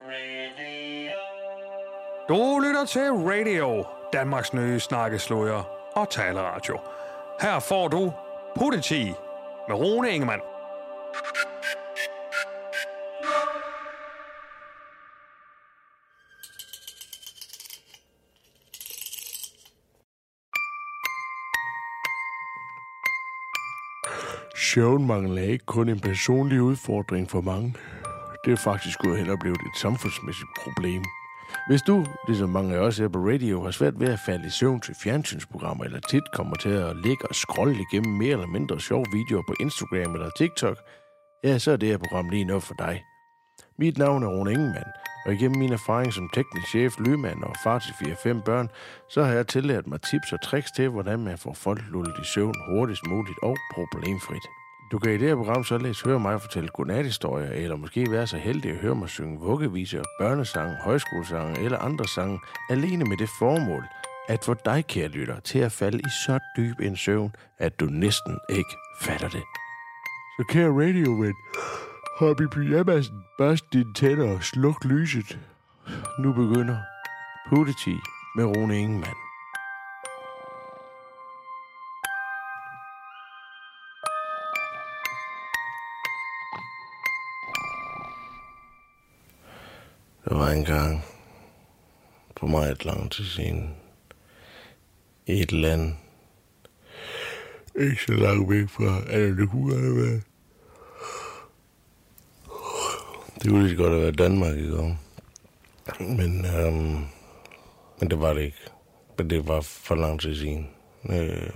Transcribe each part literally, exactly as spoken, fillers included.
Du lytter til Radio, Danmarks nye snakkesløjer og taleradio. Her får du Politi med Rune Ingemann. Søvnmangel er ikke kun en personlig udfordring for mange. Det er faktisk gået hen og blevet et samfundsmæssigt problem. Hvis du, ligesom mange af os her på radio, har svært ved at falde i søvn til fjernsynsprogrammer, eller tit kommer til at ligge og scrolle igennem mere eller mindre sjove videoer på Instagram eller TikTok, ja, så er det her program lige noget for dig. Mit navn er Rune Ingemann, og igennem min erfaring som teknisk chef, lydmand og far til fire fem børn, så har jeg tillært mig tips og tricks til, hvordan man får folk lullet i søvn hurtigst muligt og problemfrit. Du kan i det her program således høre mig fortælle godnathistorier, eller måske være så heldig at høre mig synge vuggeviser, børnesange, højskolesange eller andre sange, alene med det formål, at få dig, kære lytter, til at falde i så dyb en søvn, at du næsten ikke fatter det. Så kære radioven, hop i pyjamasen, børst dine tænder og sluk lyset. Nu begynder Politi med Rune Ingemann. Der var engang på meget lang tid siden i et land, ikke så langt væk fra, eller det kunne godt have været. Det kunne lige godt have været Danmark i går. Men, øhm, men det var det ikke. Men det var for lang tid siden. Øh,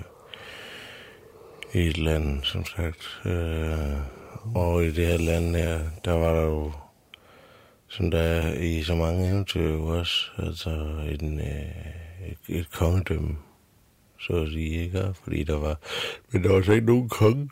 I et land, som sagt. Øh, og i det her land her, der var der jo, som der er i så mange eventyr også, altså en, øh, et, et kongedømme, så at sige, ikke? Fordi der var, men der var så ikke nogen konge.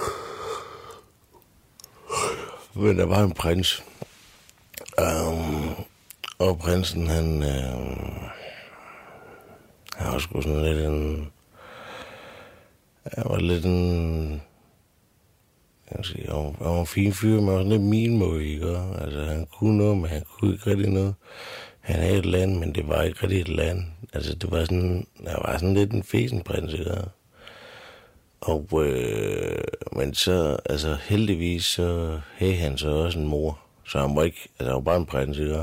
Men der var en prins, um, og prinsen, han, um, han var sgu sådan lidt en, han var lidt en, jeg sige, han var, han var en fin fyr, men også lidt min måde, ikke? Altså, han kunne noget, men han kunne ikke rigtig noget. Han havde et land, men det var ikke rigtig et land. Altså, det var sådan, han var sådan lidt en fesenprins, ikke? Og, øh, men så, altså heldigvis, så havde han så også en mor. Så han var ikke, altså han var bare en prins, ikke?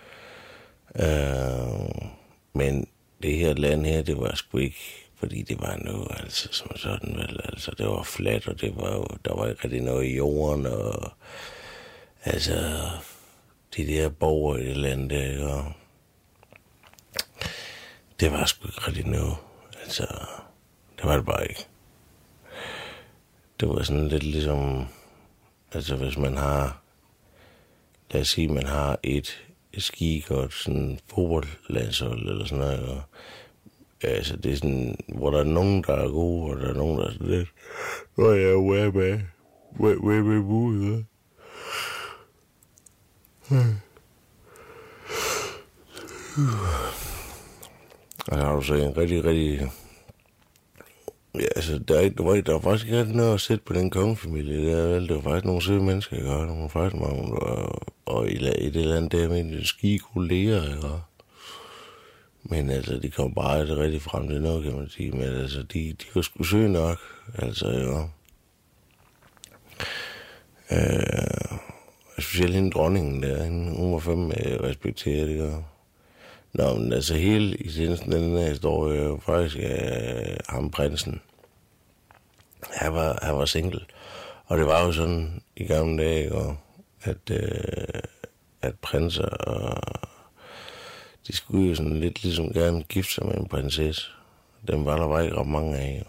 Øh, men det her land her, det var sgu ikke, fordi det var noget, altså som sådan vel, altså det var fladt, og det var jo, der var ikke rigtig noget i jorden, og altså, de der borgere i det land der, ikke? Det var sgu ikke rigtig noget, altså, det var det bare ikke. Det var sådan lidt ligesom, altså hvis man har, lad os sige, man har et, et skigodt sådan fodboldlandshold eller sådan noget, og, altså det er sådan, hvor der er nogen, der er gode, og der er nogen, der er sådan lidt, hvor jeg er ude med, hvor jeg med mulighed. Og så har du så en rigtig, rigtig, ja, altså, der, er, der, var, der var faktisk ikke rigtig noget at sætte på den kongefamilie. Det, er, vel, det var faktisk nogle søde mennesker, ikke? Der var faktisk mange, og, og i, i det land der med en skikolleger, ikke? Men altså, de kom bare aldrig rigtig frem til noget, kan man sige. Men altså, de, de var sgu søge nok, altså, ja. Øh, specielt hende dronningen der, hun var fandme respekteret, ikke? Nå, men altså hele i sendelsen den her historie er jo faktisk øh, ham prinsen. Han var, han var single. Og det var jo sådan i gamle dage, og, at, øh, at prinser, og de skulle jo sådan lidt ligesom gerne gifte sig med en prinsesse. Dem var der bare ikke ret mange af.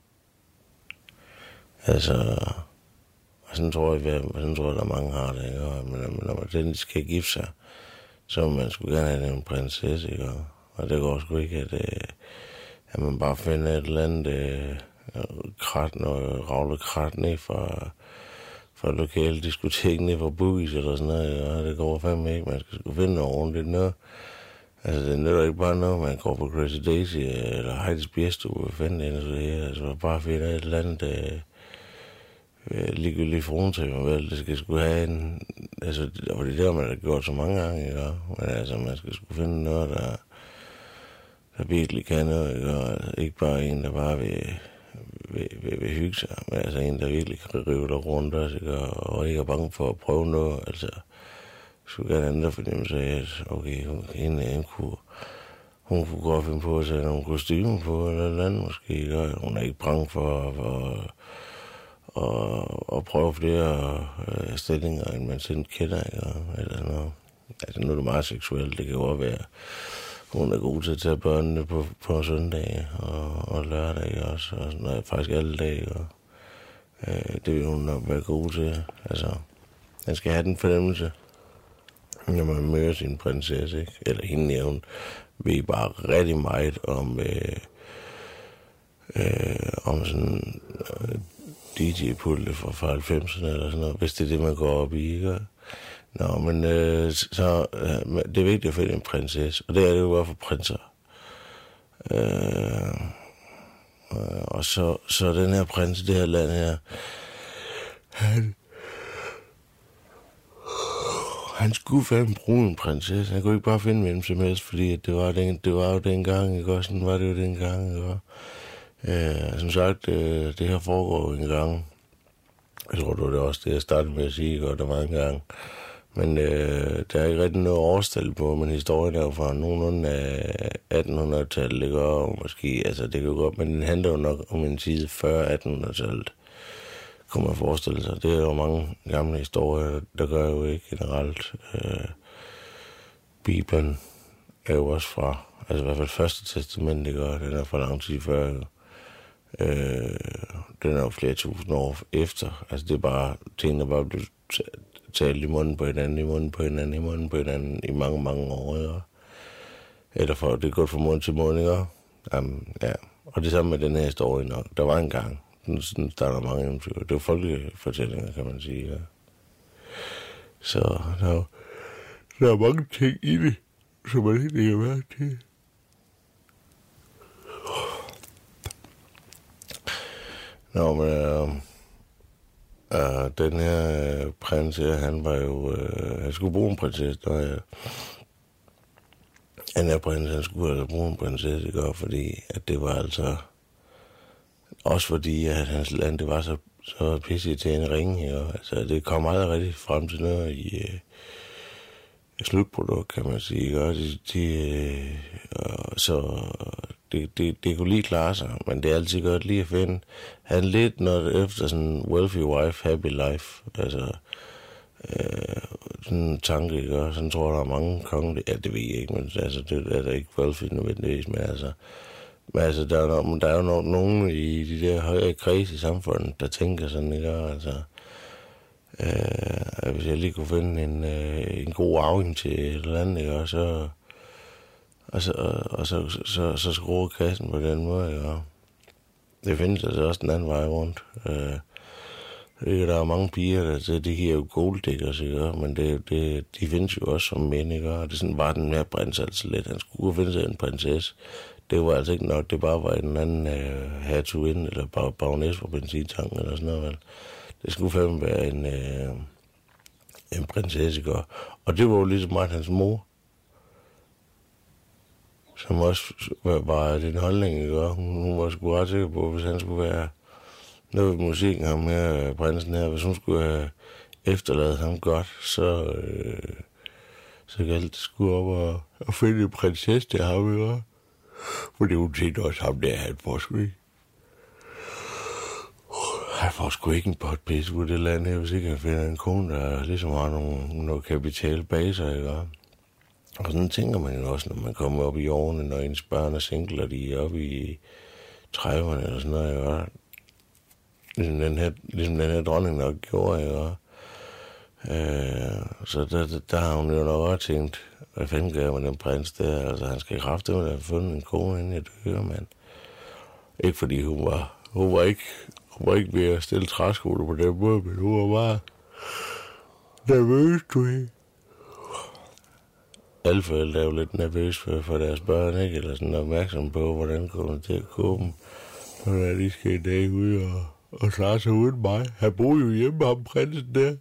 Altså, og sådan tror jeg, sådan tror jeg, der mange har det. Ikke? Men, men når man den skal gifte sig, så man skulle gerne have en prinsesse, ikke? Og det går sgu ikke, at, at man bare finder et eller andet øh, krat, noget ravlet krat ned fra, fra lokale diskotek ned fra Boogies eller sådan noget, og det går fandme ikke. Man skal sgu finde noget ordentligt noget. Altså, det er ikke bare noget, man går på Crazy Daisy eller Heidi's Bjerstue og finder det, så det her. Altså, bare finder et eller andet, øh, ligegyldigt forundring mig vel. Det skal sgu have en... Altså, og det er der, man har gjort så mange gange, ikke? Men altså, man skal sgu finde noget, der, der virkelig kan noget, ikke? Og altså, ikke bare en, der bare vil, vil, vil, vil hygge sig, men altså en, der virkelig kan rive dig rundt også, ikke? Og, og ikke er bange for at prøve noget, altså... skulle gerne andre fornemmelse af, at okay, hun, hende, hende kunne, hun kunne godt finde på at sætte nogle kostymer på, eller noget andet måske, ikke? Hun er ikke bange for, for at, at prøve flere øh, stillinger, end man selv kender, ikke? Eller noget. Altså, nu er det meget seksuelt, det kan jo være, hun er god til at tage børnene på, på søndag og, og lørdag også, og sådan noget, faktisk alle dage, og øh, det vil hun nok være god til. Altså, han skal have den fornemmelse, når man møder sin prinsesse, ikke? Eller hende, ja, hun ved bare rigtig meget om, øh, øh, om sådan øh, D J-pulte fra halvfemserne eller sådan noget, hvis det er det, man går op i, ikke? Nå, men øh, så, øh, det er vigtigt at finde en prinsesse, og det er det jo bare for prinser. Øh, øh, og så, så den her prins i det her land her, han... Han skulle fandme bruge en prinsesse. Han kunne ikke bare finde hvem som helst, fordi det var, den, det var jo dengang, ikke også? Sådan var det jo dengang, ikke også? Øh, som sagt, øh, det her foregår en gang. Jeg tror, det var det også det, jeg startede med at sige, ikke? Og der var en gang. Men øh, der er ikke rigtig noget årstal på, men historien er jo fra nogenlunde af attenhundredetallet, ikke? Og måske, altså det kan jo godt, men den handler jo nok om en tid før attenhundredetallet. Kunne man forestille sig. Det er jo mange gamle historier, der gør jo ikke generelt. Øh, Bibelen er jo også fra, altså i hvert fald første testament, det gør, den er fra lang tid før. Øh, den er jo flere tusind år efter. Altså det er bare ting, der bare bliver talt i munden på hinanden, i munden på hinanden, i munden på hinanden i mange, mange år. Ikke? Eller for, det er gået fra mund til mund, ikke? Um, ja. Og det samme med den her historie nok. Der var en gang. Sådan starter mange eventyr. Det er jo folkefortællinger, kan man sige. Ja. Så der er, der er mange ting i det, som man ikke kan mærke til. Nå, men øh, øh, den her øh, prins her, han var jo... Øh, han skulle bruge en prinsesse, der er... Han er prins, han skulle altså bruge en prinsesse, ikke? Fordi at det var altså... Også fordi, at hans land, det var så, så pisse til en ringe, ikke? Altså, det kom aldrig rigtig frem til noget i øh, slutprodukt, kan man sige, ikke? De, de, øh, så det, det, det kunne lige klare sig, men det er altid godt lige at finde. Han lidt noget efter sådan wealthy wife, happy life, altså øh, sådan en tanke, ikke? Sådan tror jeg, der er mange kongelige, ja, det ved jeg ikke, men altså, det er der ikke wealthy nødvendigvis, men altså, men altså, der er, no, der er jo no, nogen i de der højere kreds i samfundet, der tænker sådan, ikke? Altså, øh, hvis jeg lige kunne finde en, øh, en god arving til et eller andet, ikke? Og så, og så, og så, så, så, så skruer kassen på den måde, ikke? Det findes altså også den anden vej rundt. Øh, ikke? Der er mange piger, der siger, det giver jo golddiggers, ikke? Men det, det, de findes jo også som mænd, ikke? Og det er sådan, var den mere prins altså lidt. Han skulle finde sig en prinsesse. Det var altså ikke nok, det bare var en anden øh, hertuginde, eller bare baroness på benzintanken, eller sådan noget, vel. Det skulle fandme være en, øh, en prinsesse, ikke? Og det var jo ligesom meget hans mor, som også var, var den holdning, ikke? Hun, hun var sgu ret sikker på, hvis han skulle være noget ved musikken, ham her, prinsen her, hvis hun skulle have efterladet ham godt, så, øh, så galt det skulle op og, og finde en prinsesse til ham, ikke? Fordi hun tænkte også ham der, han får sgu ikke. Han får sgu ikke en potpisse på det land her, hvis ikke han finder en kone, der ligesom har nogle, noget kapital bag sig, ikke? Og sådan tænker man jo også, når man kommer op i årene, når ens børn er single, og de er oppe i trediverne eller sådan noget, ikke? Ligesom den her, ligesom den her dronning nok gjorde, ikke? Øh, så der, der, der har hun jo nok også tænkt, hvad fanden gør jeg med den prins der? Altså, han skal kraftedeme have fundet en kone, inden jeg dør, mand. Ikke fordi hun var, hun var ikke, hun var ikke ved at stille træskoler på den måde, men hun var bare nervøs, du ikke? Alle forældre er jo lidt nervøse for, for deres børn, ikke? Eller sådan opmærksom på, hvordan kommer det til at gå dem, når de skal i dag ud og, og klare sig uden mig. Han boede jo hjemme, ham prinsen der.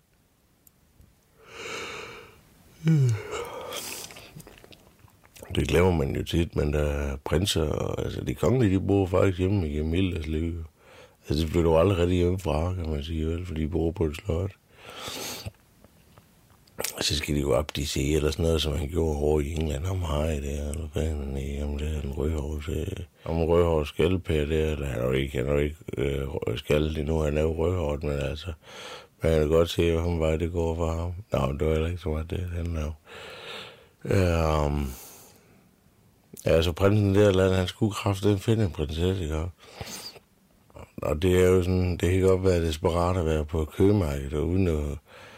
Det glemmer man jo tit, men der er prinser, altså de kongelige, de bor faktisk hjemme i Camillas liv. Altså det bliver du aldrig rigtig hjemmefra, kan man sige, vel, fordi de bor på et slot. Og så skal de jo abdicere eller sådan noget, som han gjorde over i England. Om Harry der, eller hvad han er, om det er en rødhårs, om rødhårs skaldpær der, eller han er jo ikke, han er jo ikke øh, skaldet endnu, han er jo rødhårdt, men altså, man kan godt se, hvor vej det går for ham. Nå, det var heller ikke så meget det, han er jo. Um, ja, altså prinsen der land, han skulle kraftedeme finde en prinsesse, ikke? Og det er jo sådan, det kan godt være desperat at være på købmarkedet og uden at,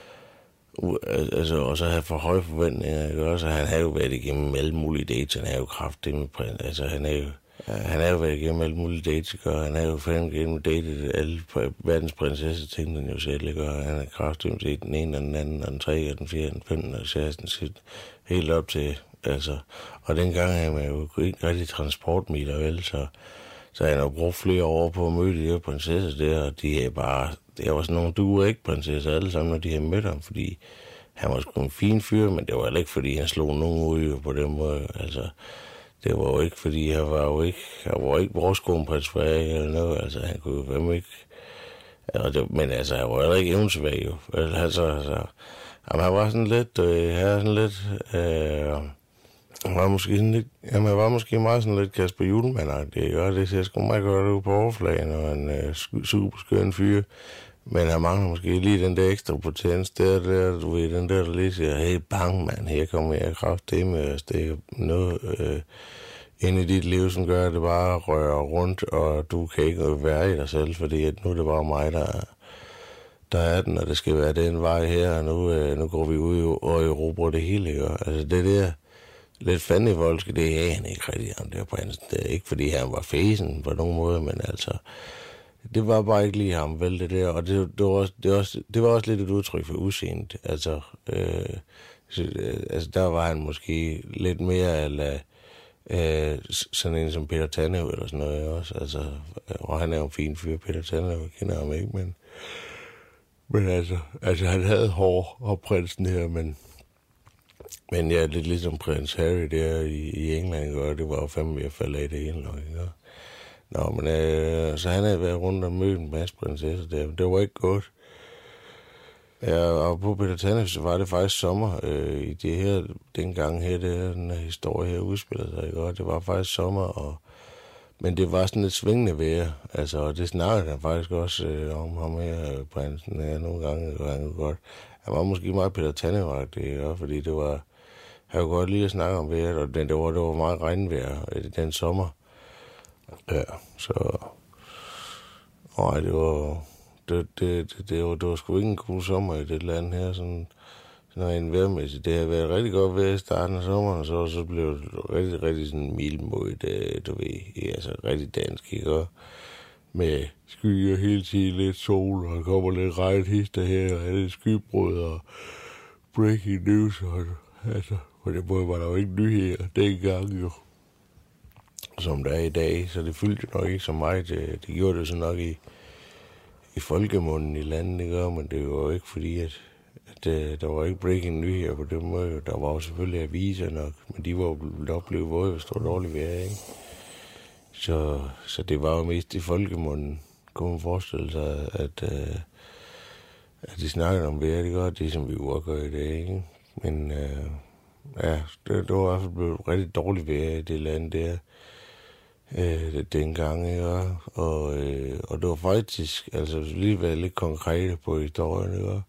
altså også have for høje forventninger, ikke? Også, han har jo været igennem alle mulige dates, han er jo kraftedeme prins, altså han er jo, han er jo været igennem alle mulige dates, ikke? Og han er jo fandme igennem datet alle verdens prinsesser, tænkte han jo selv, ikke? Og han er kraftedeme set den ene og den anden, og den tredje, og den fjerde, den femte, og seksten, helt op til, altså, og dengang er man jo ikke rigtig transportmiler, vel, så Så han har brugt flere år på at møde de her prinsesser der, og de er bare, det er også nogle duer ikke prinsesser alle sammen, når de har mødt ham, fordi han var sgu en fin fyr, men det var heller ikke, fordi han slog nogen ud på den måde, altså, det var jo ikke, fordi han var jo ikke, han var ikke vores kronprins Frederik eller noget, altså, han kunne jo fandme ikke, altså, men altså, han var heller ikke evnsvag jo, altså, altså, jamen, han var sådan lidt, øh, han var sådan lidt, øh, Han var måske sådan lidt, jamen, han var måske meget sådan lidt Kasper Hjulmand-agtig, ikke? Og det ser sgu meget godt ud på overfladen, og en øh, super skøn fyr. Men han mangler måske lige den der ekstra potens, der, der, du ved, den der, der lige siger, hey, bang, mand, her kommer jeg kraft det med at stikke noget øh, ind i dit liv, som gør, at det bare rører rundt, og du kan ikke være i dig selv, fordi at nu er det bare mig, der er. Der er den, og det skal være den vej her, og nu, øh, nu går vi ud og erobrer det hele, ikke? Altså det der lidt fandenivoldske, det er han ikke rigtig, ham der prinsen. Det er ikke, fordi han var fæsen på nogen måde, men altså, det var bare ikke lige ham, vel, det der. Og det, det, var, også, det, var, også, det var også lidt et udtryk for udseendet. Altså, øh, så, øh, altså, der var han måske lidt mere, eller øh, sådan en som Peter Tannev, eller sådan noget også. Altså, og han er jo en fin fyr, Peter Tannev, jeg kender ham ikke, men, men altså, altså, han havde hår og prinsen her, men Men ja, lidt ligesom prins Harry der i, i England, og det var jo fandme ved at falde af det hele nok, ikke? Nå, men øh, så han havde været rundt og mødt en masse prinsesser der, men det var ikke godt. Ja, og på Peter Tannev, så var det faktisk sommer øh, i det her, dengang her, det her, den her historie her udspillede sig, ikke? Og det var faktisk sommer, og, men det var sådan et svingende vejr, altså, og det snakkede han faktisk også øh, om ham her, prinsen, ja, nogle gange, og han godt. Han var måske meget Peter Tannev-agtig, ikke? Fordi det var, jeg kunne godt lide at snakke om vejret, og det, det, var, det var meget regnvejr den sommer. Ja, så... Nej, det var... Det, det, det, det, var, det var sgu ikke en god sommer i det land her, sådan, sådan en vejrmæssigt. Det har været rigtig godt vejr i starten af sommeren, så, så blev det rigtig, rigtig sådan mildmodigt, du ved, altså rigtig dansk, ikke? Med skyer hele tiden, lidt sol, og der kommer lidt regnhister her, og lidt skybrud, og breaking news, og altså, på den måde var der jo ikke nyheder dengang jo, som der er i dag, så det fyldte nok ikke så meget. Det, det gjorde det så nok i, i folkemunden i landet, ikke? Men det var jo ikke fordi, at, at der var ikke breaking nyheder på den måde. Der var jo selvfølgelig aviser nok, men de var jo nok blevet våde, hvis det var dårligt vejr, ikke? Så, så det var jo mest i folkemunden, kunne man forestille sig, at, uh, at de snakkede om vejret, det gør det, som vi jo også gør i dag, ikke? Men uh, ja, det, det var i hvert fald blevet rigtig dårligt vejr i det land der, uh, dengang, ikke? Og, uh, og det var faktisk, altså lige været lidt konkrete på historien, ikke?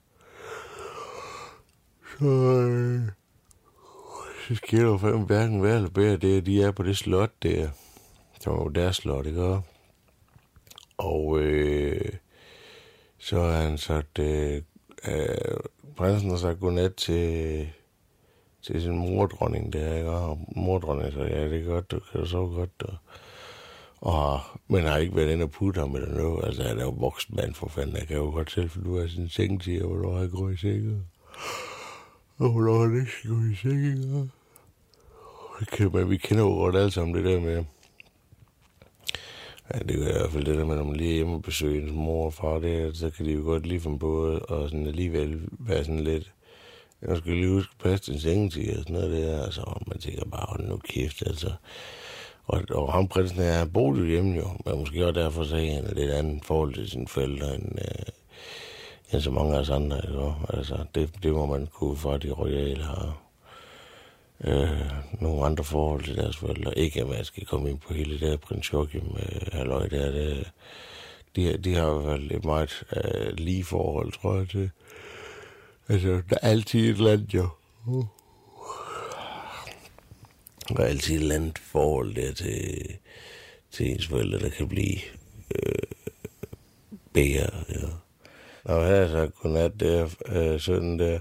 Så, uh, så sker der jo fandme hverken værre eller bedre, det at de er på det slot der. Det var jo deres slot, ikke? Og øh, så har han sagt, øh, øh, prinsen har sagt godnat til, til sin mordronning der, ikke? Og mordronningen sagde, ja, det er godt, du kan du sove godt. Og, og, men har ikke været inde og putte ham eller noget. Altså, han er jo voksen mand for fanden. Jeg kan jo godt selv finde ud af sin sengetid, og hvornår han går i sengen. Og hvornår han ikke skal gå i sengen. Men vi kender jo godt alle sammen det der med, Ja, det er i hvert fald det der med, når man lige er hjemme og besøger ens mor og far, det, så kan de jo godt lige finde på og sådan alligevel være sådan lidt, jeg skal lige huske at passe til sengetid og sådan noget der, altså, man tænker bare, hold nu kæft, altså. Og, og ham prinsen her, han boede jo hjemme jo, men måske også derfor så han er lidt andet forhold til sine forældre, end, øh, end så mange af os andre, jo. Altså, det, det må man kunne for, at de royale har øh, nogle andre forhold til deres forældre. Ikke at man skal komme ind på hele det der prins Joachim øh, halløj der, det, de, de har i hvert fald et meget øh, lige forhold, tror jeg, til. Altså, der er altid et eller andet, jo. Uh. Der er altid et eller andet forhold der til, til ens forældre, der kan blive øh, bedre, ja. Nå, her er så godnat der, øh, sådan der.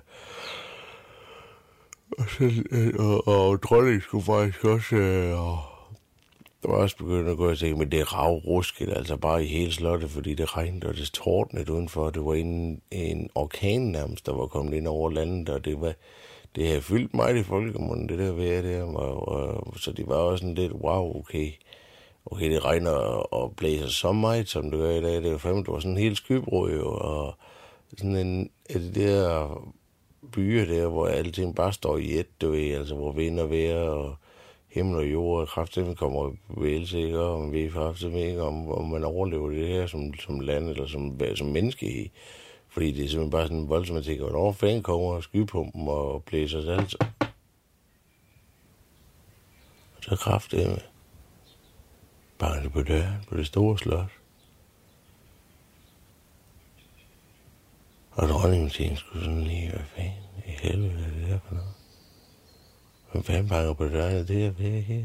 Og, så, øh, og, og dronning skulle faktisk også, øh, og der var også begyndt at gå og tænke, men det er ravrusket, altså bare i hele slottet, fordi det regnede, og det tordnede udenfor. Det var en, en orkan nærmest, der var kommet ind over landet, og det var, det havde fyldt meget i folkemunden, det der vejr der, og, og, så det var også sådan lidt, wow, okay, okay, det regner og blæser så meget, som det gør i dag, det var fandme, det var sådan en helt skybrud, jo, og sådan en af de der byer der, hvor alting bare står i et, du ved, altså hvor vind og vejr og himmel og jord og kraftedeme kommer i bevægelse, ikke? Og man ved kraftedeme ikke, om, om man overlever det her som, som land eller som, som menneske i. Fordi det er simpelthen bare sådan en voldsom, at tænker, hvornår fanden kommer skypumpen og blæser os alt. Og så kraftedeme banker på døren på det store slot. Og dronningen tænkte skulle sådan lige, hvad fanden i helvede er det der for noget? Hvem fanden banker på døren, det er ved her?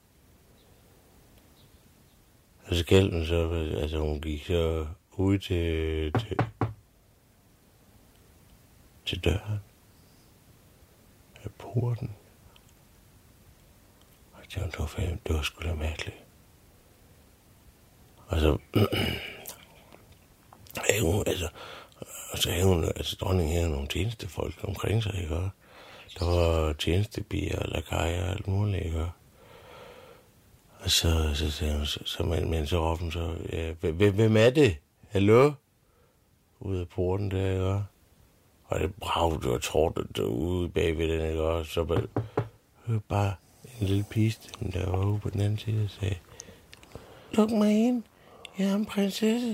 Og så galt den så, altså hun gik så ud til, til, til døren af porten. Og det var, det var, fandme, det var sgu da mærkeligt. Og så, hun, altså, og så havde hun, altså dronningen havde nogle tjenestefolk omkring sig, ikke? Der var tjenestebier og lakajer og alt muligt, ikke? Og så, så sagde hun, så, så men, men så råbte hun så, ja, hvem er det? Hallo? Ude af porten der, ikke? Og det brav, det var tårtet derude bagved den, ikke? Og så bare, bare en lille pigestemme, der var ude på den anden side og sagde, luk mig ind, jeg er en prinsesse.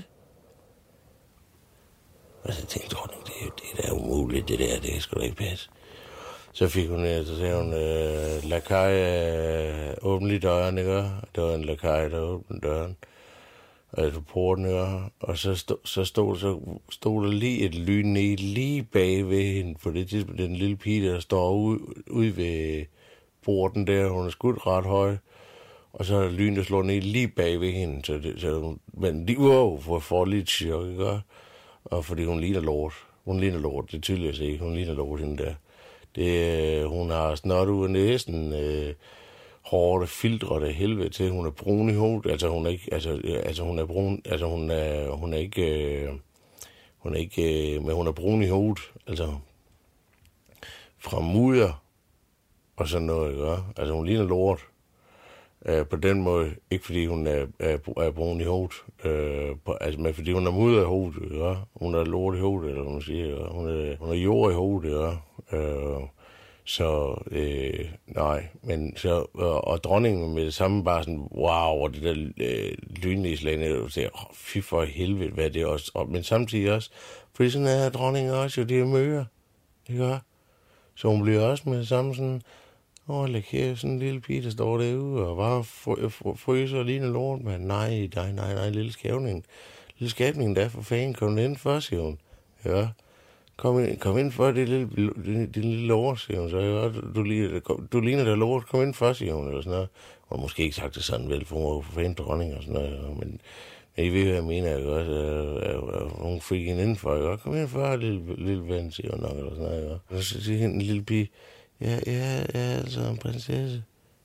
Og så tænkte dronningen, det, det er da umuligt, det der, det kan sgu da ikke passe. Så fik hun, så sagde hun, øh, lakaj, øh, åbn lige døren, ikke? Det var en lakaj, der åbnede døren, altså porten, ikke? Og så, stod, så, stod, så stod der lige et lyn ned lige bag ved hende, for det tidspunkt, den lille pige, der står ude, ude ved porten der, hun er skudt ret høj, og så er der lyn, der slår ned lige bag ved hende, så, det, så hun, men de wow, for at få lidt chok, ikke? Og fordi hun ligner lort. Hun ligner lort, det er tydeligt at se. Hun ligner lort, hende der. Det, hun har snot ud af næsen, øh, hårde filtre det helvede til. Hun er brun i hovedet. Altså hun er ikke, altså, altså hun er brun, altså hun er, hun er ikke, øh, hun er ikke, øh, men hun er brun i hovedet. Altså fra mudder og sådan noget, ikke? Altså hun ligner lort. Uh, på den måde, ikke fordi hun er, er, er brun i hovedet, uh, på, altså, men fordi hun er mudder i hovedet, ja? Hun er lort i hovedet, eller hvad man siger, ja? hun, er, hun er jord i hovedet, ja? uh, så uh, nej, men så, uh, og dronningen med det samme bare sådan, wow, og det der uh, lynlæslægende, og siger, oh, fy for helvede, hvad er det også, og, men samtidig også, fordi sådan er dronningen også, jo, det er møger, ikke? Så hun bliver også med det samme sådan, åh, oh, lækker, sådan en lille pige, der står derude og bare fryser og ligner lort, men nej, nej, nej, nej, lille skævning. Lille skævning, der for fanden, kom ind for, siger hun. Ja, kom ind, kom ind for det lille, det, det lille lort, siger hun. Så ja, du, du, ligner, du ligner der lort, kom ind for, siger hun, eller sådan noget. Hun har måske ikke sagt det sådan vel, for hun var for fanden dronning og sådan noget, men men I ved, hvad jeg mener, ikke også? Uh, hun fik hende indenfor, ikke? Kom ind for, lille, lille ven, siger hun nok, eller sådan noget, ikke? Og så siger hende en lille pige, ja, ja, ja, altså en prinsesse.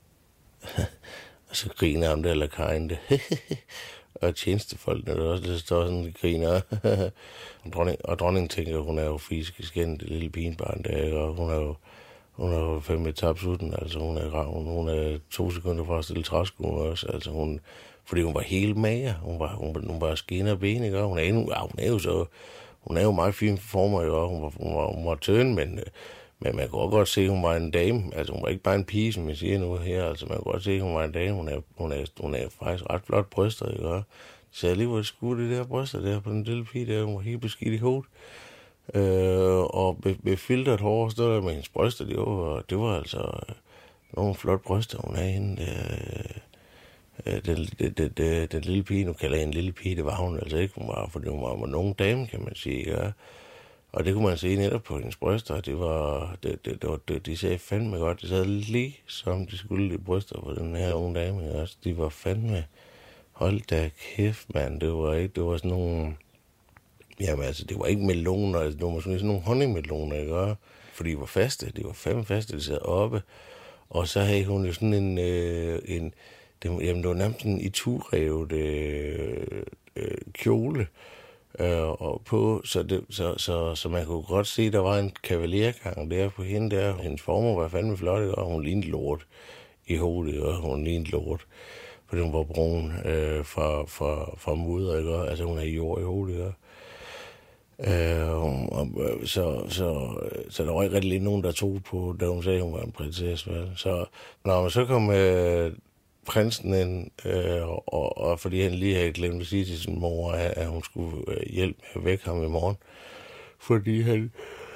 Og så griner ham der lakajen der. Og tjenestefolkene, der også der står sådan, de griner. og, dronning, og dronningen tænker, hun er jo fysisk skændt, det lille pinebarn der, og hun er jo, hun er jo fandme tabsutten, altså hun er, hun, hun er to sekunder fra at stille træskoene også, altså hun, fordi hun var helt mager. Hun var, hun, hun var skin og ben, ikke? Hun er, ja, hun er jo så, hun er jo meget fin former, ikke? Hun var, hun var, hun var tynd, men, men man kan også godt se, at hun var en dame. Altså, hun var ikke bare en pige, som jeg siger nu her. Altså, man kan godt se, at hun var en dame. Hun er, hun er, hun er faktisk ret flot bryster, ikke? Så jeg lige var skudt det der bryster der på den lille pige der. Hun var helt beskidt i hovedet. Øh, og med, med filtret hår, så der med hendes bryster, det var, det var altså nogle flotte bryster, hun havde hende der. Den, den, den, den, den lille pige, nu kalder jeg en lille pige, det var hun altså ikke. Hun var, fordi hun var, var nogen dame, kan man sige. Ja. Og det kunne man se netop på hendes bryster. Det var, det, det, det var, det, de sagde fandme godt. De sad lige som de skulle i bryster på den her unge dame. Ja. De var fandme, hold da kæft, mand. Det var ikke, det var sådan nogle, jamen altså, det var ikke meloner. Altså, det var sådan nogle honningmeloner, ikke? Fordi de var faste. De var fandme faste, de sad oppe. Og så havde hun jo sådan en, øh, en det, jamen, det var nærmest en iturevet øh, øh, kjole øh, og på, så, det, så, så, så man kunne godt se, at der var en kavalergang der på hende der. Hendes former var fandme flot, og hun lignede lort i hovedet, og hun lignede lort, fordi hun var brun øh, fra, fra, fra mudder, ikke? Altså hun er jord i hovedet, ikke? Øh, og, så, så, så der var ikke rigtig nogen, der tog på, da hun sagde, at hun var en prinsesse. Så når man så kom øh, prinsen ind, øh, og, og fordi han lige havde glemt at sige til sin mor, at, at hun skulle øh, hjælpe med at vække ham i morgen, fordi han,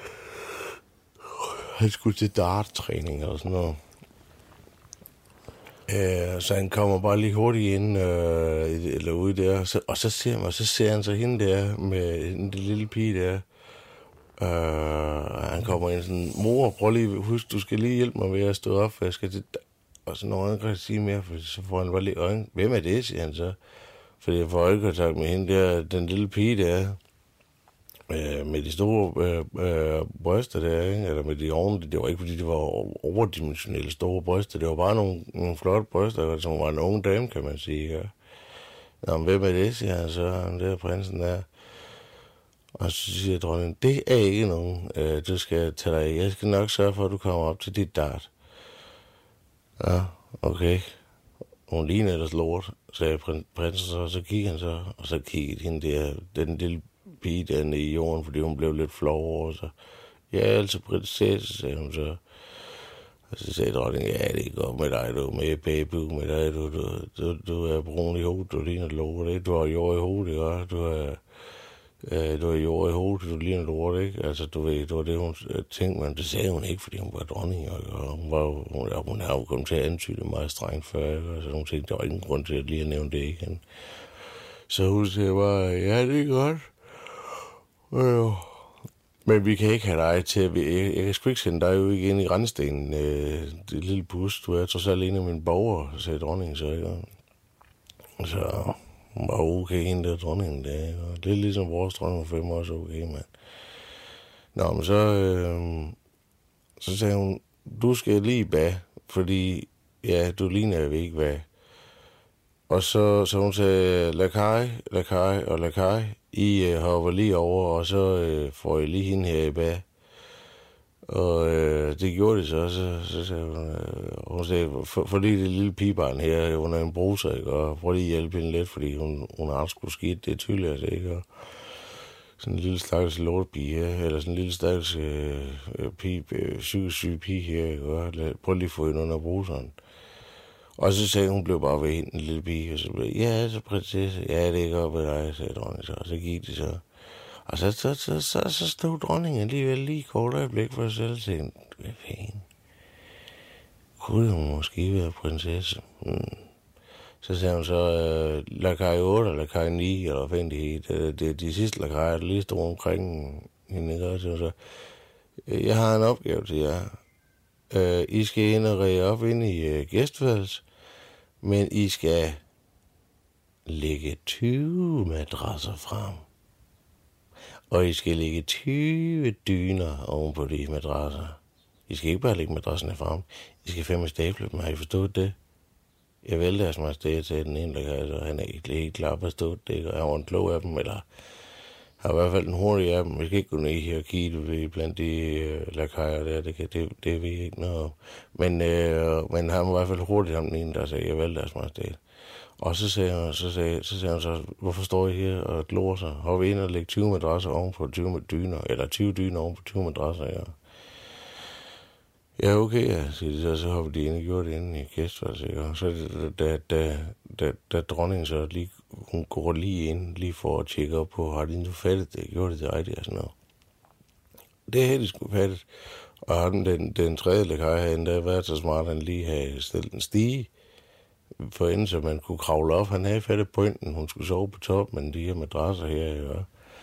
han skulle til darttræning og sådan noget. Øh, så han kommer bare lige hurtigt ind øh, eller ud der, så, og så ser man, så ser han så hende der med den lille pige der. Øh, han kommer ind sådan, mor, prøv lige, husk, du skal lige hjælpe mig med at stå op, for jeg skal til. Og så når han kan sige mere, for så får han bare lige øjne. Hvem er det, siger han så? Fordi jeg får øjekontakt med hende der, den lille pige der, øh, med de store øh, øh, bryster der, ikke? Eller med de ordentlige. Det var ikke, fordi det var overdimensionelle store bryster. Det var bare nogle, nogle flotte bryster, som var en ung dame, kan man sige. Ja. Nå, men hvem er det, siger han så, han der prinsen der. Og så siger dronningen, det er ikke nogen, øh, du skal tage dig af. Jeg skal nok sørge for, at du kommer op til dit dart. Ja, okay. Hun ligner ellers lort, sagde prinsen, og så kiggede han så, og så kiggede hende der, den lille pige dernede i jorden, fordi hun blev lidt flov over sig. Ja, altså prinsesse, sagde hun så. Og så sagde dronningen, ja, det er godt med dig, du er med baby med dig, du, du, du, du er brun i hovedet, du ligner lort, ikke? Du har jord i hovedet, ikke? Du er, øh, du har jord i hovedet, du ligner lort, ikke? Altså, du ved, det var det, hun tænkte, men det sagde hun ikke, fordi hun var dronning, og hun var hun, ja, hun har jo kommet til at antyde det meget strengt før, ikke? Altså, hun tænkte, der var ingen grund til at lige at nævne det igen. Så hun siger bare, ja, det er godt. Øh. Men vi kan ikke have dig til, jeg, jeg kan sgu ikke sende dig jo ikke ind i randstenen, øh, det lille bus, du er trods alt en af mine borgere, sagde dronningen så, ikke? Så hun var okay, hende der dronningen der, ikke? Det er ligesom vores dronning for fem år, så okay, mand. Nå, men så, øh, så sagde hun, du skal lige bag, fordi, ja, du ligner jo ikke hvad. Og så, så hun sagde, lakaj, lakaj og lakaj, I øh, hopper lige over, og så øh, får I lige hende her i bag. Og øh, det gjorde de så, så, så sagde hun, øh, hun sagde, for, fordi det lille pigebarn her, hun er en bruser, ikke? Og prøv lige at hjælpe hende lidt, fordi hun, hun har sgu skidt, det er tydeligt, altså, ikke? Og sådan en lille stakkels lortepige her, eller sådan en lille stakkels øh, pige, øh, psykisk syg pige her, ikke? Og prøv lige at få hende under bruseren. Og så sagde hun, blev bare ved hende, en lille pige, og så blev ja, så prinsesse, ja, det er ikke op ved dig, sagde dronningen så, og så gik det så. Og så, så, så, så, så stod dronningen alligevel lige kort øjeblik for sig selv, og tænkte, hvad fanden, kunne hun måske være prinsesse? Hmm. Så sagde hun så, øh, lakaj otte, eller lakaj ni, eller hvad det hed, det, det, de sidste lakajer, der lige stod omkring hende, og så, jeg har en opgave til jer. Uh, I skal ind og ræde op ind i uh, gæstværelset, men I skal lægge tyve madrasser frem. Og I skal lægge tyve dyner oven på de madrasser. I skal ikke bare lægge madrasserne frem. I skal fandme stable dem. Har I forstået det? Jeg vælger deres majestæt til den ene, der kan, altså, han er ikke helt klar på at forstå det. Og han var en klog af dem, eller har i hvert fald en hurtig af dem. Vi skal ikke gå ned i hierarkiet blandt de øh, lakajer der, det, kan, det, det ved jeg ikke noget om. Men, øh, men han var i hvert fald hurtigt ham den ene, der sagde, jeg valgte deres majestæt. Og så sagde han så, sagde, så, sagde han så hvorfor står I her og glor sig? Har vi inde og lægge tyve madrasser oven på tyve dyner, eller tyve dyner oven på tyve madrasser, ja. Ja, okay, ja, siger de så, så har vi de inde og gjort det inde i gæstværelset, og så da, da, da, da dronningen så lige, hun går lige ind, lige for at tjekke op på, har de nu fattet det, gjorde det det rigtigt og sådan noget. Det havde de sgu fattet, og har den, den, den tredje lekaj herinde, der været så smart, han lige havde stillet en stige, for inden så man kunne kravle op. Han havde fattet pointen, hun skulle sove på top, men de her madrasser her, ja.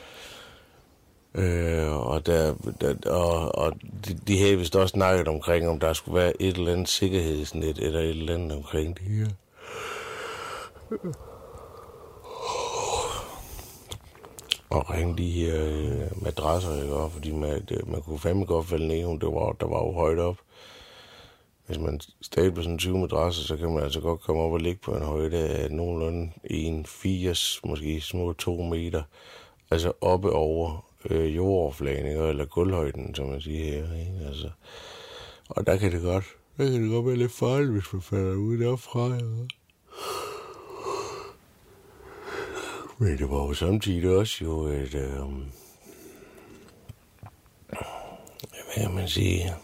Øh, og der, der og, og de, de havde vist også snakket omkring, om der skulle være et eller andet sikkerhedsnet, eller et eller andet omkring det her. Og ringe de her øh, madrasser, ikke? Fordi man, det, man kunne fandme godt falde ned, det var, der var jo højt op. Hvis man stabler sådan tyve madrasser, så kan man altså godt komme op og ligge på en højde af nogenlunde en komma firs, måske små to meter. Altså oppe over øh, jordoverflagen, eller gulvhøjden, som man siger her. Ikke? Altså, og der kan det godt, der kan det godt være lidt farligt, hvis man falder ud derfra. Ja. Men det var jo samtidig også jo et, øh, hvad kan man sige,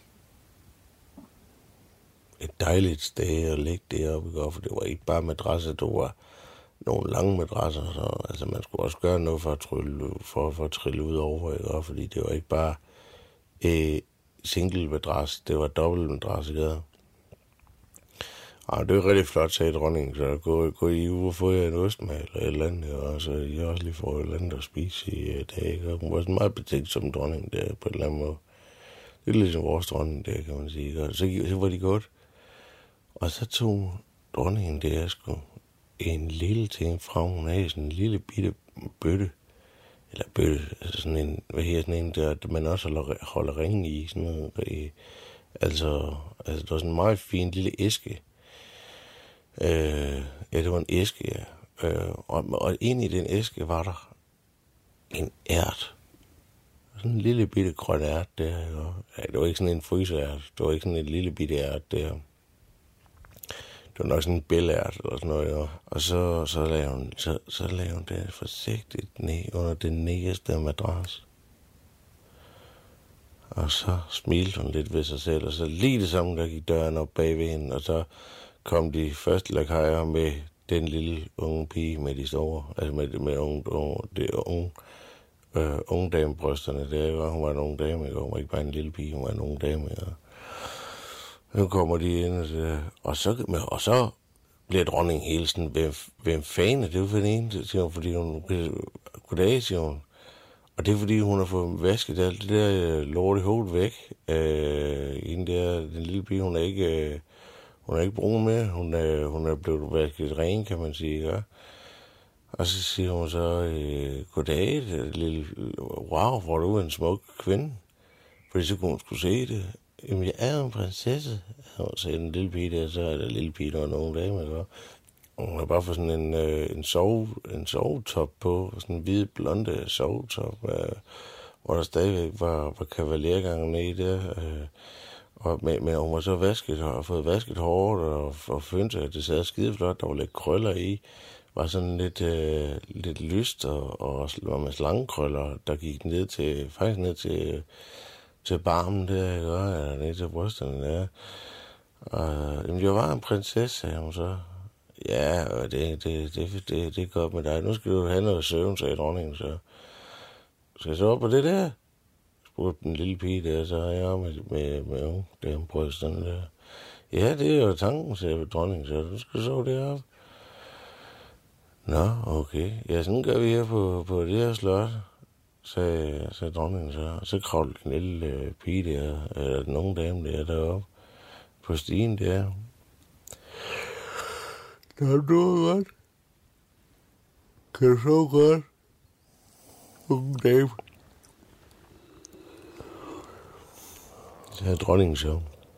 et dejligt sted at ligge deroppe, for det var ikke bare madrasser, det var nogle lange madrasser, så altså man skulle også gøre noget for at trille, for, for at trille ud over, ikke? Fordi det var ikke bare øh, single madras, det var dobbelt madras, ikke? Ah, det er rigtig flot, sagde dronningen, så gå, gå i uge og få jer en ostmad eller et eller andet, og så I også lige får et eller andet at spise i uh, dag, ikke? Hun var sådan meget betænkt som dronning der på en eller anden måde. Det er ligesom vores dronning der, kan man sige, og så, så var de godt. Og så tog dronningen der sgu en lille ting fra, hun havde sådan en lille bitte bøtte, eller bøtte, altså sådan en, hvad her, sådan en, der man også holder, holder ringen i, sådan noget, øh, altså, altså, det var sådan en meget fin lille æske. Øh, ja, det var en æske, ja. Øh, og, og inde i den æske var der en ært. Sådan en lille bitte grøn ært der, ja, det var ikke sådan en fryseært, det var ikke sådan en lille bitte ært der. Det var nok sådan en bællært eller sådan noget, ja. Og så, så lavede hun, så, så lavede hun det forsigtigt ned under den nederste madras. Og så smilte hun lidt ved sig selv, og så lige det samme, der gik døren op bagved hende, og så kom de første lakajer med den lille unge pige med de store, altså med, med unge, unge, det unge, øh, unge damebrysterne der, hun var en unge dame, ikke? Hun var ikke bare en lille pige, hun var en unge dame, ja. Nu kommer de ind, og så, og så, og så bliver dronningen hele sådan, hvem, hvem fanden er det for en, siger hun, fordi hun, goddag, siger hun. Og det er fordi, hun har fået vasket alt det der lort i hovedet væk. Øh, inden der, den lille pige, hun er ikke, øh, hun er ikke brun med, hun er, hun er blevet vasket ren, kan man sige, ja. Og så siger hun så, øh, goddag, lille, wow, hvor du en smuk kvinde. Fordi så kunne hun skulle se det. Jamen, jeg er jo en prinsesse, sagde den lille pige der, så er der lille pige, der var nogen dame, ikke? Og hun har bare fået sådan en, øh, en, sove, en sovetop på, sådan en hvid, blonde sovetop, øh, hvor der stadigvæk var, var kavalergangen nede der. Øh, og med, med, hun var så vasket og fået vasket hårdt og, og fønt, at det sad skideflot, der var lidt krøller i. Var sådan lidt, øh, lidt lyst og, og var med slangekrøller, der gik ned til, faktisk ned til, til barmen der, ikke? Eller ned til brysterne der. Og, jamen, jeg var en prinsesse, sagde hun så. Ja, og det, det, det, det, det er godt med dig. Nu skal du have noget søvn, sagde dronningen så. Skal jeg så op på det der? Spurgte den lille pige der, så jeg med, med, med unge damebrysterne der. Ja, det er jo tanken, sagde dronningen så. Du skal sove deroppe. Nå, okay. Ja, sådan gør vi her på, på det her slot, sagde, sagde dronningen så. Og så kravlede den lille øh, pige der, eller den unge dame der deroppe på stigen der. Kan du sove godt? Kan du sove godt? Unge dame. Så havde dronningen så.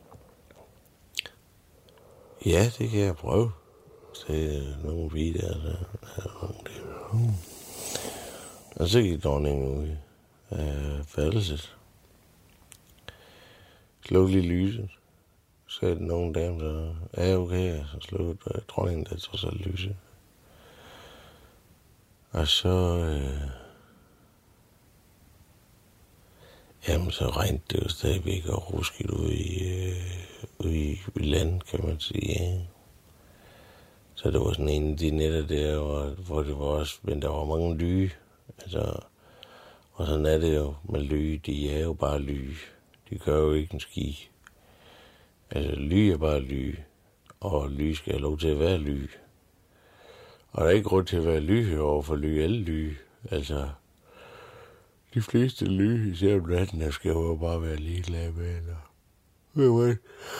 Ja, det kan jeg prøve, sagde nogle pige der. Så, Og så gik dronningen ud af fælleset. Sluk lige lyset. Så er det nogle dame, der er okay, så slukkede dronningen der trods alt lyset. Og så... Øh, jamen, så regnede det jo stadigvæk og ruskigt ud i, øh, ude i, i landet, kan man sige, ja. Så det var sådan en af de nætter der, hvor, hvor det var også, men der var mange lyge. Altså, og sådan er det jo med lyge, de er jo bare lyge. De gør jo ikke en ski. Altså, lyge er bare lyge, og lyge skal have lov til at være lyge. Og der er ikke grund til at være lyge over for lyge, alle lyge. Altså, de fleste lyge, især om natten, der skal jo bare være ligeglade med, eller... Ved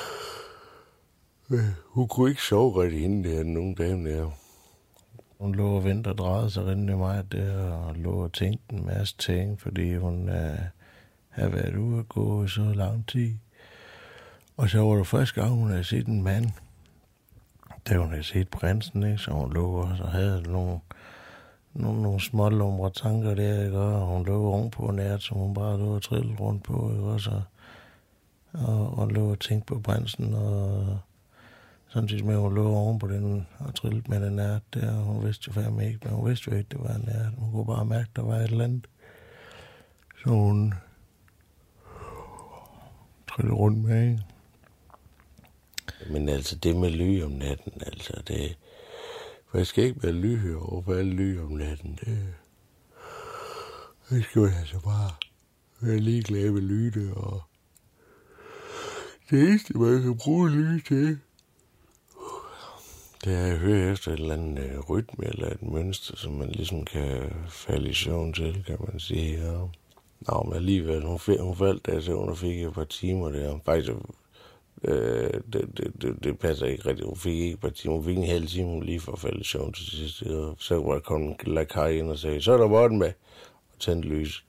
du hun kunne ikke sove rigtig hende der, nogle dage der. Hun lå og ventede og drejede sig rigtig meget der, og lå og tænkte en masse ting, fordi hun uh, havde været ude at gå i så lang tid. Og så var det første gang, hun havde set en mand, da hun havde set prinsen, ikke? Så hun lå og så havde nogle, nogle, nogle små lumre tanker der, ikke? Og hun lå ovenpå nært, som hun bare lå og trillede rundt på, ikke? Og, så, og, og lå og tænkte på prinsen, og samtidig med, at hun lå oven på den og trillede med den nært der. Hun vidste jo fandme ikke, men hun vidste jo ikke, det var en nært. Hun kunne bare mærke, der var et eller andet. Så hun trillede rundt med, ikke? Men altså, det med lyge om natten, altså, det... For jeg skal ikke være lyhør over for alle lyge om natten, det... Det skal jo altså bare være ligeglad med lyde, og... Det eneste, man kan bruge lyge til, det er at høre efter et eller andet rytme eller et mønster, som man ligesom kan falde i søvn til, kan man sige. Ja. Nå, men alligevel, hun, hun faldt der, så hun fik et par timer der. Faktisk, øh, det, det, det, det passer ikke rigtigt. Hun fik ikke et par timer. Hun fik en halv time hun lige for at falde i søvn til sidst. Og så var der kommet en lakaj ind og sagde, så er der morgen med, og tændte lys.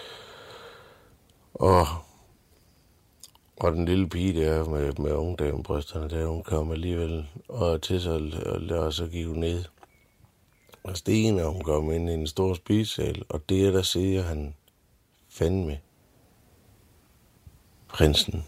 Og... Og den lille pige der med, med ungdamebrysterne, der hun kom alligevel og til sig, og, og så gik hun ned. Og Sten, og hun kom ind i en stor spisesal, og der, der siger han fandme prinsen.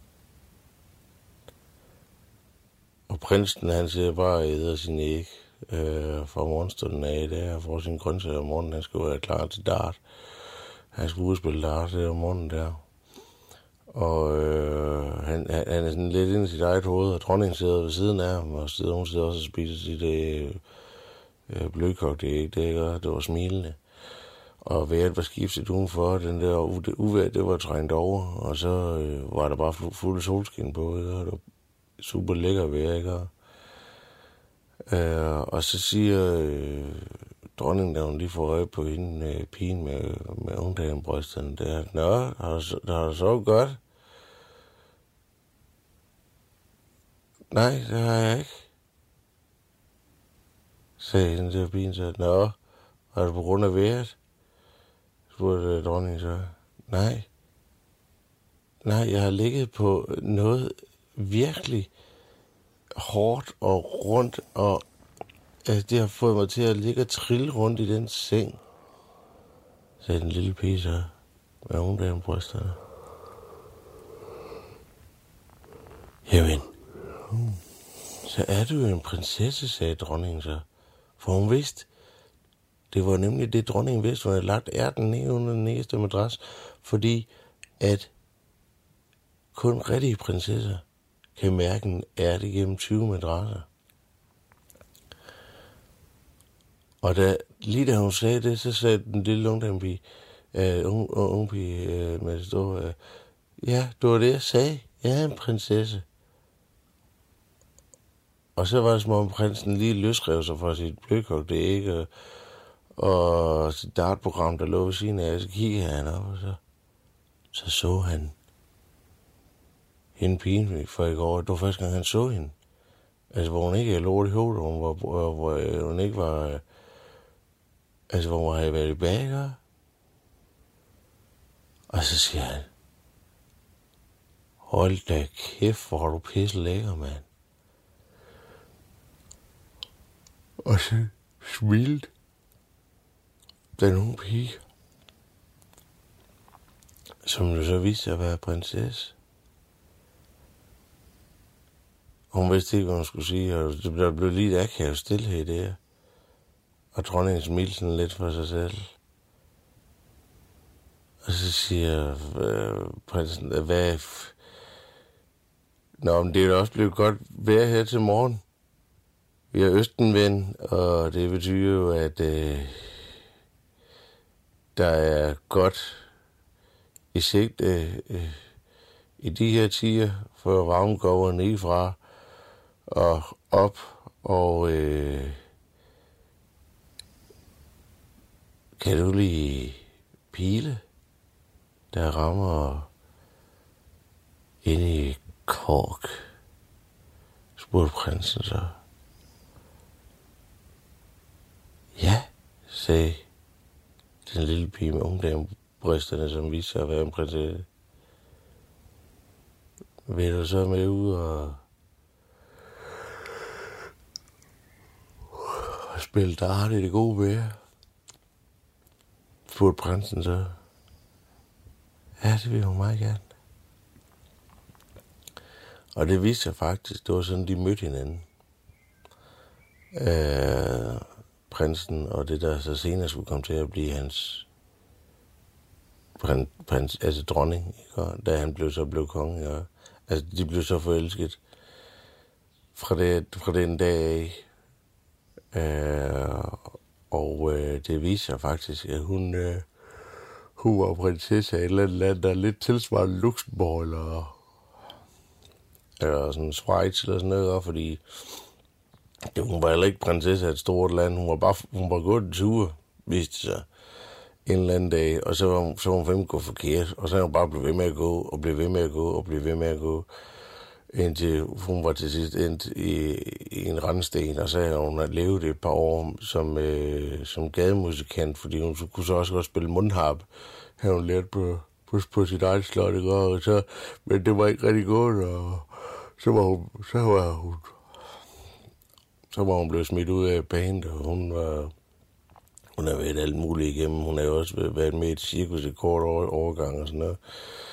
Og prinsen, han siger bare og æder sin æg øh, fra morgenstunden af, der og får sin grøntsager om morgenen. Han skulle være klar til dart. Han skulle udspille dart der om morgenen der. Og øh, han, han er sådan lidt inde i sit eget hoved, og dronningen sidder ved siden af ham, og sidder, hun sidder også og spiser sit øh, blødkogte æg, det, ikke? Det var smilende. Og vejret var skiftet udenfor, den der uvejr, det var trængt over, og så øh, var der bare fuld solskin på, ikke? Og det var super lækker vejr, ikke? Og, øh, og så siger øh, dronningen, da hun lige får øje på hende, øh, pigen med, med ungdamebrysterne, der, nå, har du, har du så godt? Nej, det har jeg ikke, sagde hende der pigen så. Nå, var det på grund af vejret? Spurgte dronningen så. Nej. Nej, jeg har ligget på noget virkelig hårdt og rundt, og altså, det har fået mig til at ligge og trille rundt i den seng, sagde den lille pige så, med ungdamebrysterne. Jamen, så er du jo en prinsesse, sagde dronningen så. For hun vidste, det var nemlig det, dronningen vidste, hun havde lagt ærten ned under den næste madras, fordi at kun rigtige prinsesser kan mærke en ærte gennem tyve madrasser. Og da, lige da hun sagde det, så sagde den lille ungdomspige, uh, ung, ungpige uh, med det store, uh, ja, det var det, jeg sagde. Jeg er en prinsesse. Og så var det som om prinsen lige løsrev sig fra sit blødkogte æg, og, og sit dartprogram, der lå ved siden af, så kiggede han op, og så, så så han hende pigen for i går. Det var første gang, han så hende. Altså, hvor hun ikke havde lort i hovedet, hvor, hvor, hvor, hvor hun ikke var... Altså, hvor hun havde været i bager. Og så siger han, hold da kæft, hvor har du pisse lækker, mand. Og så smilte den unge pige, som jo så viste sig at være prinsesse. Hun vidste ikke, hvad hun skulle sige, og det blev lige et akavet stillhed der. Og dronningen smilte sådan lidt for sig selv. Og så siger øh, prinsen, hvad... Nå, men det er jo også blevet godt vejr her til morgen. Vi er østenvind, og det betyder jo, at øh, der er godt i sigte øh, i de her tider, for varmen går ned fra og op, og øh, kan du lide pile, der rammer ind i kork, spurgte prinsen så. Ja, sagde den lille pige med ungdamebrysterne, som viste sig at være en prinsesse. Vil du så med ud og, og spille dart i det gode vejr? Spurgte prinsen så. Ja, det vil hun meget gerne. Og det viste sig faktisk, det var sådan, de mødte hinanden. Øh, prinsen og det, der så senere skulle komme til at blive hans prins, prins, altså dronning, ikke? Da han blev så blev konge. Og, altså, de blev så forelsket fra, det, fra den dag af. Øh, og øh, det viste sig faktisk, at hun, øh, hun var prinsesse af et eller andet land, der er lidt tilsvarende Luxembourg, eller, eller sådan Schweiz, eller sådan noget, fordi det, hun var heller ikke prinsesse af et stort land. Hun var bare hun var gået en tur, viste sig, en eller anden dag, og så var hun, så var hun fandme gået forkert, og så var hun bare blevet ved med at gå, og blev ved med at gå, og blev ved med at gå, indtil hun var til sidst endt i, i en randsten, og så havde hun levet et par år som, øh, som gademusikant, fordi hun kunne så også godt spille mundharp, havde hun lært på, på, på sit eget slot, og så, men det var ikke rigtig godt, og så var hun, så var hun, så var hun blevet smidt ud af banen, og hun var, hun har været alt muligt igennem, hun har jo også været med i et cirkus i kort overgang og sådan noget.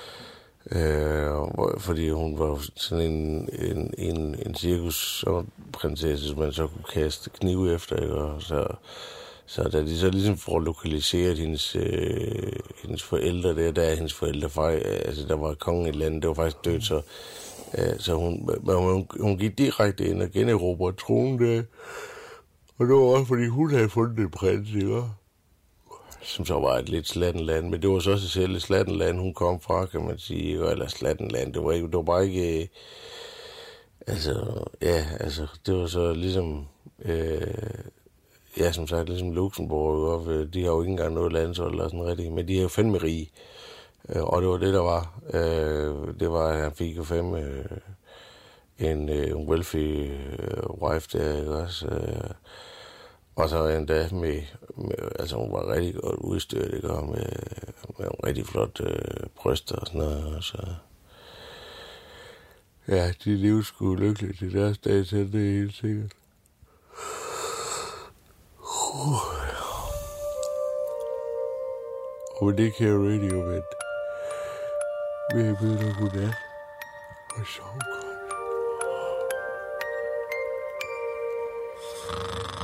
Øh, fordi hun var sådan en, en, en, en cirkusprinsesse, som man så kunne kaste knive efter, ikke? Og så, så da de så ligesom får lokaliseret hendes, øh, hendes forældre der, der er hendes forældre fra, altså der var kongen i landet, det var faktisk dødt, så, øh, så hun, hun, hun gik direkte ind og generobrede tronen der, og det var også fordi hun havde fundet en prins, ikke? Som så var et lidt slattenland, men det var så også selv et slattenland, hun kom fra, kan man sige, eller slattenland, det var, ikke, det var bare ikke, øh, altså, ja, altså, det var så ligesom, øh, ja, som sagt, ligesom Luxembourg, og de har jo ikke engang noget landshold eller sådan rigtigt, men de er jo fandme rige, øh, og det var det, der var, øh, det var, at han fik jo fandme øh, en, øh, en wealthy øh, wife der, ikke også, øh, og så endda med, med, altså hun var rigtig godt udstyret, ikke? Og med, med en rigtig flot øh, bryster og sådan noget. Så ja, de lever sgu lykkeligt i deres dag til, det er helt sikkert. Uh. Og med det kan jeg radio vente. Vil jeg byde dig godnat og sove godt.